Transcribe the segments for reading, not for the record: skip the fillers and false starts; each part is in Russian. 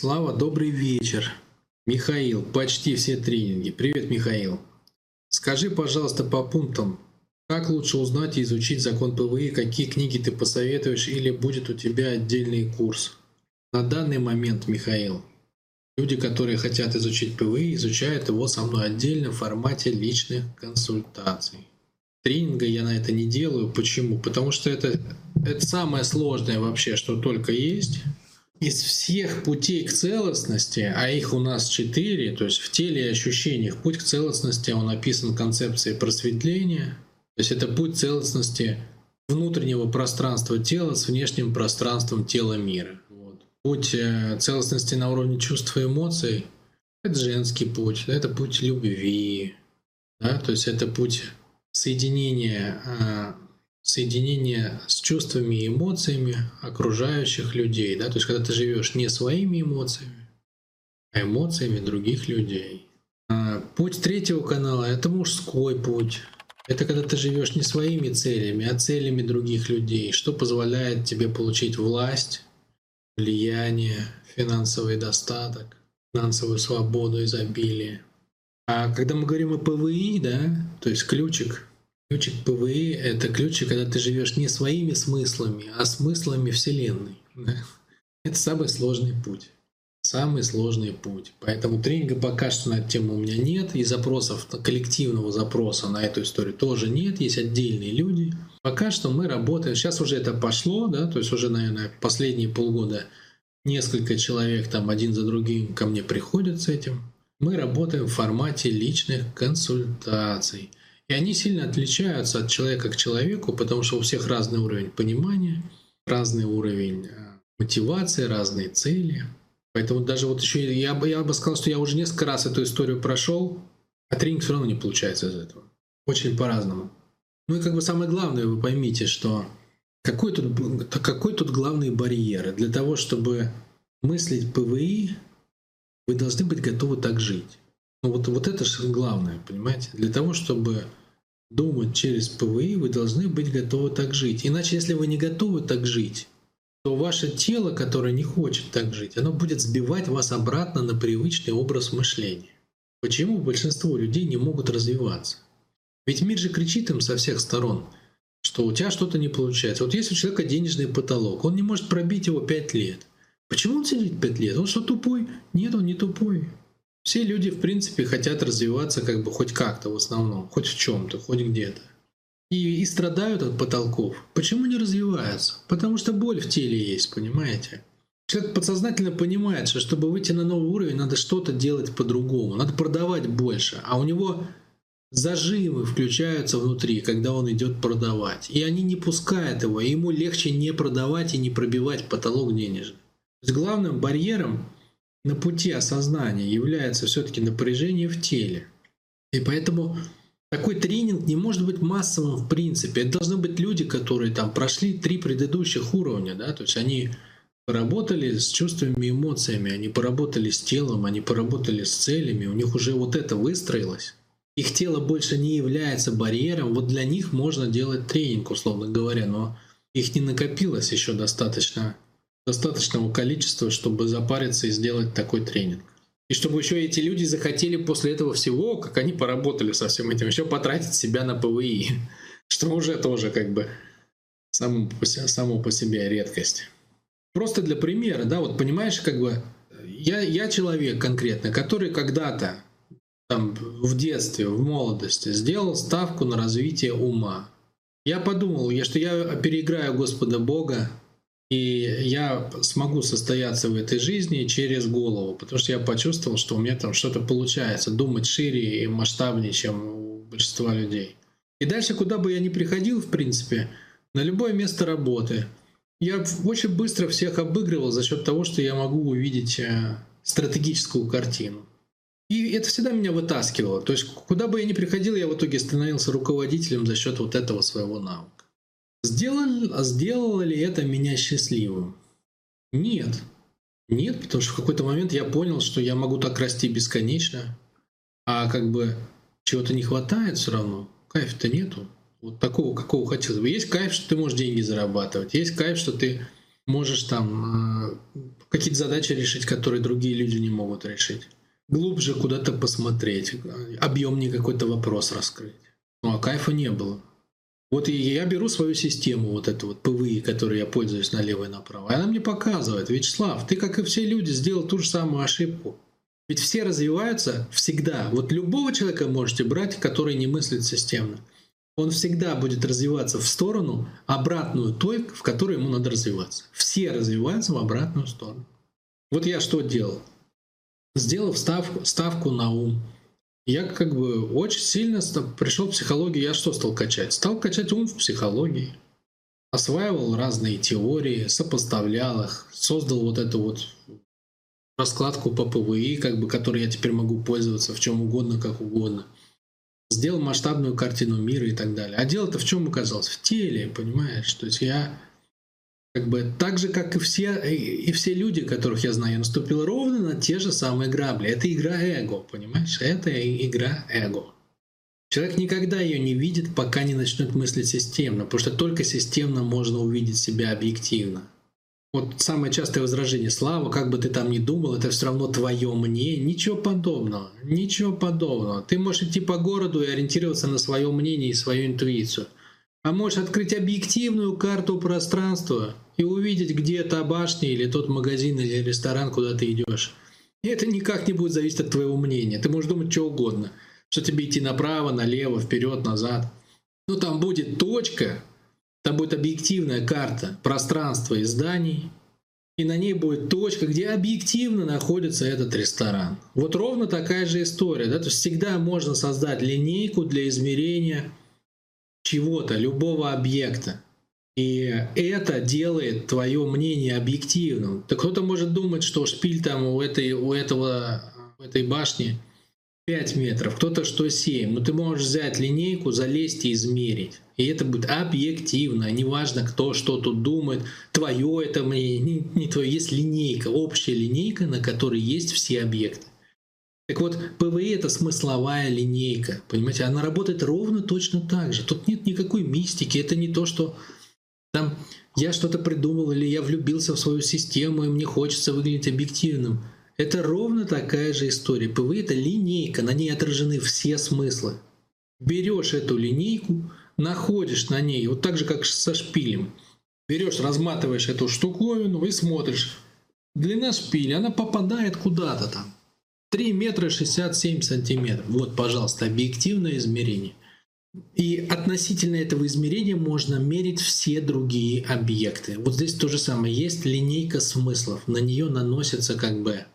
Слава, добрый вечер. Михаил, почти все тренинги. Привет, Михаил. Скажи, пожалуйста, по пунктам, как лучше узнать и изучить закон ПВИ, какие книги ты посоветуешь или будет у тебя отдельный курс? На данный момент, Михаил, люди, которые хотят изучить ПВИ, изучают его со мной отдельно в формате личных консультаций. Тренинга я на это не делаю. Почему? Потому что это самое сложное вообще, что только есть. Из всех путей к целостности, а их у нас 4, то есть в теле и ощущениях, путь к целостности, он описан концепцией просветления. То есть это путь целостности внутреннего пространства тела с внешним пространством тела мира. Вот. Путь целостности на уровне чувств и эмоций — это женский путь, это путь любви, да? То есть это путь соединения с чувствами и эмоциями окружающих людей. Да? То есть когда ты живешь не своими эмоциями, а эмоциями других людей. Путь третьего канала — это мужской путь. Это когда ты живешь не своими целями, а целями других людей, что позволяет тебе получить власть, влияние, финансовый достаток, финансовую свободу, изобилие. А когда мы говорим о ПВИ, да, то есть ключик ПВИ — это ключик, когда ты живешь не своими смыслами, а смыслами Вселенной. Да? Это самый сложный путь. Самый сложный путь. Поэтому тренинга пока что на эту тему у меня нет, и запросов, коллективного запроса на эту историю тоже нет, есть отдельные люди. Пока что мы работаем, сейчас уже это пошло, да, то есть уже, наверное, последние полгода несколько человек там один за другим ко мне приходят с этим. Мы работаем в формате личных консультаций. И они сильно отличаются от человека к человеку, потому что у всех разный уровень понимания, разный уровень мотивации, разные цели. Поэтому даже вот еще я бы сказал, что я уже несколько раз эту историю прошел, а тренинг все равно не получается из этого. Очень по-разному. Ну и как бы самое главное, вы поймите, что какой тут главный барьер? Для того, чтобы мыслить ПВИ, вы должны быть готовы так жить. Ну вот это же главное, понимаете? Для того, чтобы думать через ПВИ, вы должны быть готовы так жить. Иначе, если вы не готовы так жить, то ваше тело, которое не хочет так жить, оно будет сбивать вас обратно на привычный образ мышления. Почему большинство людей не могут развиваться? Ведь мир же кричит им со всех сторон, что у тебя что-то не получается. Вот есть у человека денежный потолок, он не может пробить его 5 лет. Почему он сидит 5 лет? Он что, тупой? Нет, он не тупой. Все люди, в принципе, хотят развиваться как бы хоть как-то в основном, хоть в чем-то, хоть где-то. И страдают от потолков. Почему не развиваются? Потому что боль в теле есть, понимаете? Человек подсознательно понимает, что чтобы выйти на новый уровень, надо что-то делать по-другому, надо продавать больше. А у него зажимы включаются внутри, когда он идет продавать. И они не пускают его, и ему легче не продавать и не пробивать потолок денежный. То есть главным барьером на пути осознания является все-таки напряжение в теле. И поэтому такой тренинг не может быть массовым в принципе. Это должны быть люди, которые там прошли 3 предыдущих уровня. Да? То есть они поработали с чувствами и эмоциями, они поработали с телом, они поработали с целями, у них уже вот это выстроилось. Их тело больше не является барьером. Вот для них можно делать тренинг, условно говоря, но их не накопилось еще достаточного количества, чтобы запариться и сделать такой тренинг. И чтобы еще эти люди захотели после этого всего, как они поработали со всем этим, еще потратить себя на ПВИ, что уже тоже как бы само по себе редкость. Просто для примера, да, вот понимаешь, как бы я человек конкретно, который когда-то там в детстве, в молодости сделал ставку на развитие ума. Я подумал, что я переиграю Господа Бога, и я смогу состояться в этой жизни через голову, потому что я почувствовал, что у меня там что-то получается, думать шире и масштабнее, чем у большинства людей. И дальше, куда бы я ни приходил, в принципе, на любое место работы, я очень быстро всех обыгрывал за счет того, что я могу увидеть стратегическую картину. И это всегда меня вытаскивало. То есть, куда бы я ни приходил, я в итоге становился руководителем за счет вот этого своего навыка. Сделало ли это меня счастливым? Нет. Нет, потому что в какой-то момент я понял, что я могу так расти бесконечно, а как бы чего-то не хватает все равно. Кайфа-то нету. Вот такого, какого хотелось бы. Есть кайф, что ты можешь деньги зарабатывать. Есть кайф, что ты Можешь там какие-то задачи решить, которые другие люди не могут решить. Глубже куда-то посмотреть, объемнее какой-то вопрос раскрыть. Ну а кайфа не было. Вот и я беру свою систему, вот эту вот ПВИ, которой я пользуюсь налево и направо, и она мне показывает: Вячеслав, ты, как и все люди, сделал ту же самую ошибку. Ведь все развиваются всегда. Вот любого человека можете брать, который не мыслит системно. Он всегда будет развиваться в сторону обратную той, в которой ему надо развиваться. Все развиваются в обратную сторону. Вот я что делал? Сделал ставку на ум. Я как бы очень сильно пришел в психологию. Я что стал качать? Стал качать ум в психологии. Осваивал разные теории, сопоставлял их, создал вот эту вот раскладку по ПВИ, как бы, которой я теперь могу пользоваться в чем угодно, как угодно. Сделал масштабную картину мира и так далее. А дело-то в чем оказалось? В теле, понимаешь? То есть я как бы так же, как и все люди, которых я знаю, я наступил ровно на те же самые грабли. Это игра эго, понимаешь? Это игра эго. Человек никогда ее не видит, пока не начнет мыслить системно, потому что только системно можно увидеть себя объективно. Вот самое частое возражение: Слава, как бы ты там ни думал, это все равно твое мнение. Ничего подобного, ничего подобного. Ты можешь идти по городу и ориентироваться на свое мнение и свою интуицию. А можешь открыть объективную карту пространства и увидеть, где та башня или тот магазин или ресторан, куда ты идешь. И это никак не будет зависеть от твоего мнения. Ты можешь думать что угодно, что тебе идти направо, налево, вперед, назад. Но там будет точка, там будет объективная карта пространства и зданий, и на ней будет точка, где объективно находится этот ресторан. Вот ровно такая же история. Да? То есть всегда можно создать линейку для измерения чего-то, любого объекта. И это делает твое мнение объективным. Так кто-то может думать, что шпиль там у этой башни 5 метров, кто-то что 7. Но ты можешь взять линейку, залезть и измерить. И это будет объективно. Неважно, кто что тут думает. Твое это мнение, не твое. Есть линейка, общая линейка, на которой есть все объекты. Так вот, ПВИ — это смысловая линейка, понимаете? Она работает ровно точно так же. Тут нет никакой мистики. Это не то, что там я что-то придумал или я влюбился в свою систему и мне хочется выглядеть объективным. Это ровно такая же история. ПВИ — это линейка, на ней отражены все смыслы. Берешь эту линейку, находишь на ней, вот так же, как со шпилем. Берешь, разматываешь эту штуковину и смотришь. Длина шпиля, она попадает куда-то там. 3 метра 67 сантиметров. Вот, пожалуйста, объективное измерение. И относительно этого измерения можно мерить все другие объекты. Вот здесь то же самое. Есть линейка смыслов. На нее наносится как бы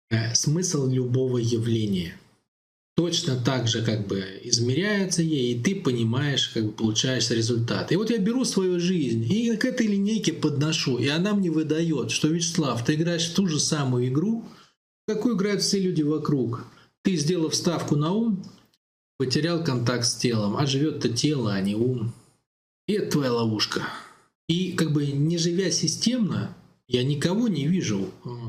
смысл любого явления. Точно так же как бы измеряется ей, и ты понимаешь, как бы получаешь результат. И вот я беру свою жизнь и к этой линейке подношу, и она мне выдает, что Вячеслав, ты играешь в ту же самую игру, какую играют все люди вокруг. Ты, сделав ставку на ум, потерял контакт с телом, а живет-то тело, а не ум. И это твоя ловушка. И как бы не живя системно, я никого не вижу,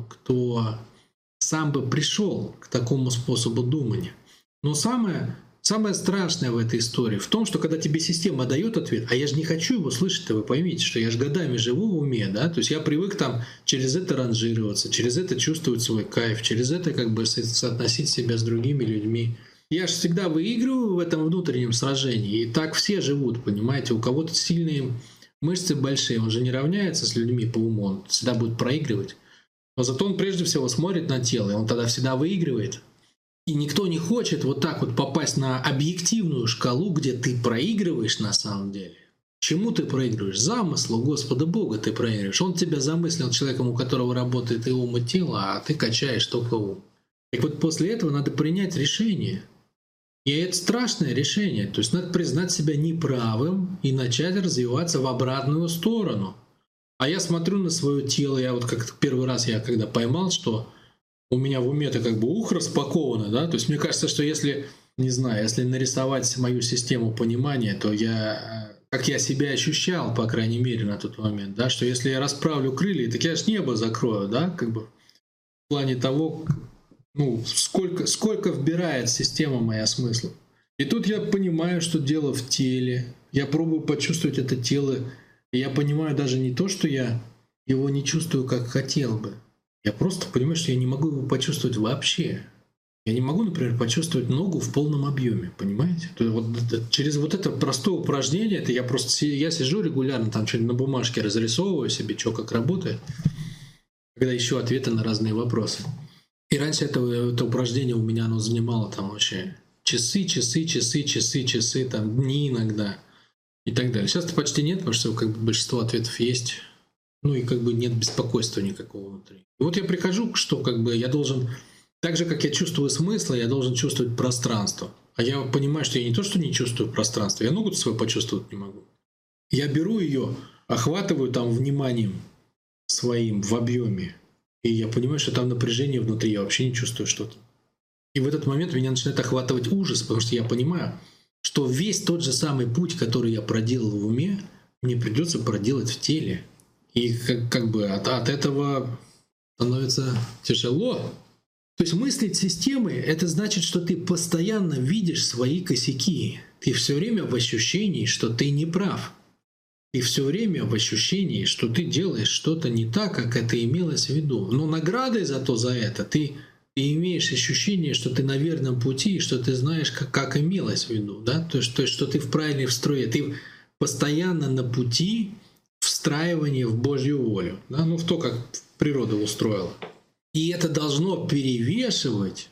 кто сам бы пришел к такому способу думания. Но самое страшное в этой истории в том, что когда тебе система дает ответ, а я же не хочу его слышать, вы поймите, что я же годами живу в уме, да, то есть я привык там через это ранжироваться, через это чувствовать свой кайф, через это как бы соотносить себя с другими людьми. Я же всегда выигрываю в этом внутреннем сражении, и так все живут, понимаете, у кого-то сильные мышцы большие, он же не равняется с людьми по уму, он всегда будет проигрывать. Но зато он прежде всего смотрит на тело, и он тогда всегда выигрывает. И никто не хочет вот так вот попасть на объективную шкалу, где ты проигрываешь на самом деле. Чему ты проигрываешь? Замыслу Господа Бога ты проигрываешь. Он тебя замыслил человеком, у которого работает и ум, и тело, а ты качаешь только ум. И вот после этого надо принять решение. И это страшное решение. То есть надо признать себя неправым и начать развиваться в обратную сторону. А я смотрю на свое тело, я вот как первый раз я когда поймал, что у меня в уме-то как бы распаковано, да, то есть мне кажется, что если, не знаю, если нарисовать мою систему понимания, то как я себя ощущал, по крайней мере, на тот момент, да, что если я расправлю крылья, так я ж небо закрою, да, как бы в плане того, сколько вбирает система моя смысла. И тут я понимаю, что дело в теле, я пробую почувствовать это тело, и я понимаю даже не то, что я его не чувствую, как хотел бы. Я просто понимаю, что я не могу его почувствовать вообще. Я не могу, например, почувствовать ногу в полном объеме, понимаете? То есть через вот это простое упражнение, это я сижу регулярно, там что-нибудь на бумажке разрисовываю себе, что как работает, когда ищу ответы на разные вопросы. И раньше это упражнение у меня оно занимало там вообще часы, там дни иногда и так далее. Сейчас-то почти нет, потому что как бы большинство ответов есть. Ну и как бы нет беспокойства никакого внутри. И вот я прихожу, что как бы я должен, так же как я чувствую смысл, я должен чувствовать пространство. А я понимаю, что я не то, что не чувствую пространство, я ногу свою почувствовать не могу. Я беру ее, охватываю там вниманием своим в объеме, и я понимаю, что там напряжение внутри, я вообще не чувствую что-то. И в этот момент меня начинает охватывать ужас, потому что я понимаю, что весь тот же самый путь, который я проделал в уме, мне придется проделать в теле. И как бы от этого становится тяжело. То есть мыслить системой — это значит, что ты постоянно видишь свои косяки. Ты все время в ощущении, что ты не прав. И все время в ощущении, что ты делаешь что-то не так, как это имелось в виду. Но наградой за это ты имеешь ощущение, что ты на верном пути, и что ты знаешь, как имелось в виду. Да? То есть, что ты в правильной строе. Ты постоянно на пути встраивания в Божью волю. Да? Ну, в то, как природа устроила. И это должно перевешивать,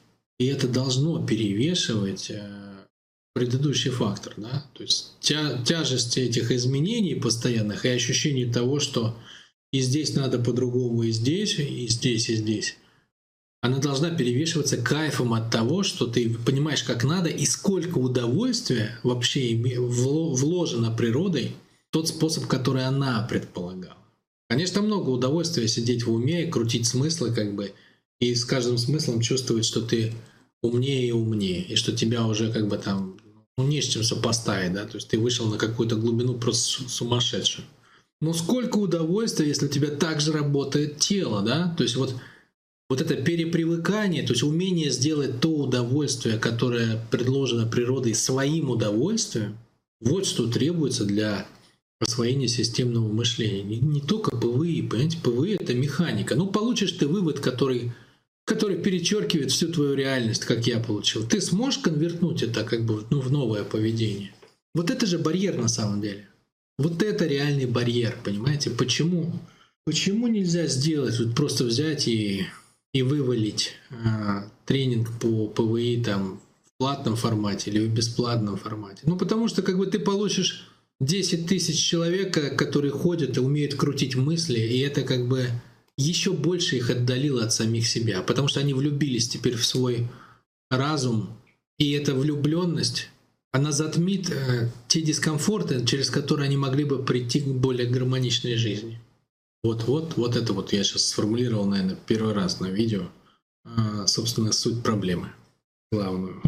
предыдущий фактор, да, то есть тяжесть этих изменений постоянных и ощущение того, что и здесь надо по-другому, и здесь, и здесь, и здесь, она должна перевешиваться кайфом от того, что ты понимаешь, как надо, и сколько удовольствия вообще вложено природой в тот способ, который она предполагала. Конечно, много удовольствия сидеть в уме и крутить смыслы, как бы, и с каждым смыслом чувствовать, что ты умнее и умнее, и что тебя уже как бы там не с чем сопоставить, да, то есть ты вышел на какую-то глубину просто сумасшедшую. Но сколько удовольствия, если у тебя также работает тело, да, то есть вот это перепривыкание, то есть умение сделать то удовольствие, которое предложено природой своим удовольствием, вот что требуется для освоения системного мышления. Не только ПВИ, понимаете, ПВИ — это механика. Ну, получишь ты вывод, который перечеркивает всю твою реальность, как я получил. Ты сможешь конвертнуть это как бы в новое поведение? Вот это же барьер на самом деле. Вот это реальный барьер, понимаете? Почему нельзя сделать, вот просто взять и вывалить тренинг по ПВИ там в платном формате или в бесплатном формате? Ну, потому что как бы ты получишь 10 тысяч человек, которые ходят и умеют крутить мысли, и это как бы еще больше их отдалило от самих себя, потому что они влюбились теперь в свой разум, и эта влюбленность, она затмит те дискомфорты, через которые они могли бы прийти к более гармоничной жизни. Вот это вот я сейчас сформулировал, наверное, первый раз на видео, собственно, суть проблемы главную.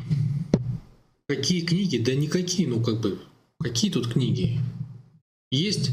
Какие книги? Да никакие, ну как бы, какие тут книги? Есть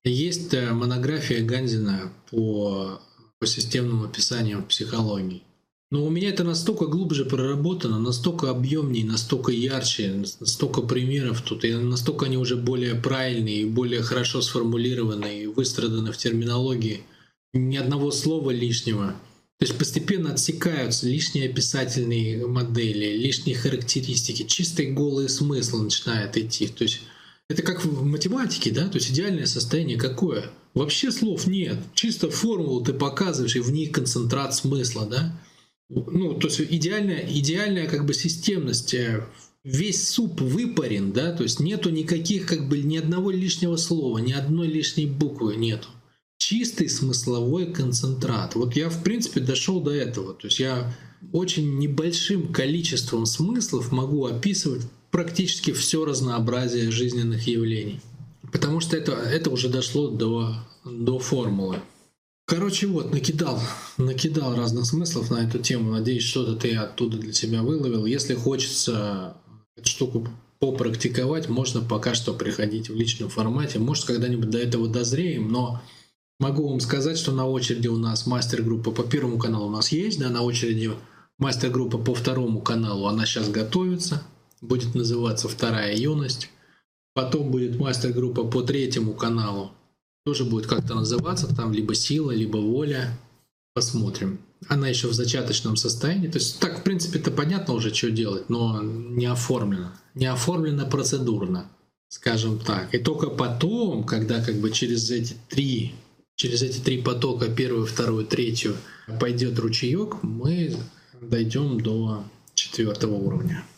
монография Ганзина по системным описаниям в психологии. Но у меня это настолько глубже проработано, настолько объемнее, настолько ярче, настолько примеров тут, и настолько они уже более правильные, и более хорошо сформулированы, и выстраданы в терминологии. Ни одного слова лишнего. То есть постепенно отсекаются лишние описательные модели, лишние характеристики, чистый голый смысл начинает идти. То есть это как в математике, да? То есть идеальное состояние какое? Вообще слов нет. Чисто формулу ты показываешь, и в ней концентрат смысла, да? Ну, то есть идеальная как бы системность. Весь суп выпарен, да? То есть нету никаких как бы ни одного лишнего слова, ни одной лишней буквы нету. Чистый смысловой концентрат. Вот я, в принципе, дошел до этого. То есть я очень небольшим количеством смыслов могу описывать практически все разнообразие жизненных явлений. Потому что это уже дошло до формулы. Короче, вот, накидал разных смыслов на эту тему. Надеюсь, что-то ты оттуда для себя выловил. Если хочется эту штуку попрактиковать, можно пока что приходить в личном формате. Может, когда-нибудь до этого дозреем, но могу вам сказать, что на очереди у нас мастер-группа по первому каналу у нас есть, да, на очереди мастер-группа по второму каналу, она сейчас готовится. Будет называться «Вторая юность». Потом будет мастер-группа по третьему каналу. тоже будет как-то называться, там либо сила, либо воля. Посмотрим. Она еще в зачаточном состоянии. То есть так, в принципе-то понятно уже, что делать, но не оформлено. Не оформлено процедурно, скажем так. И только потом, когда как бы через эти три потока, первую, вторую, третью, пойдет ручеек, мы дойдем до 4-го уровня.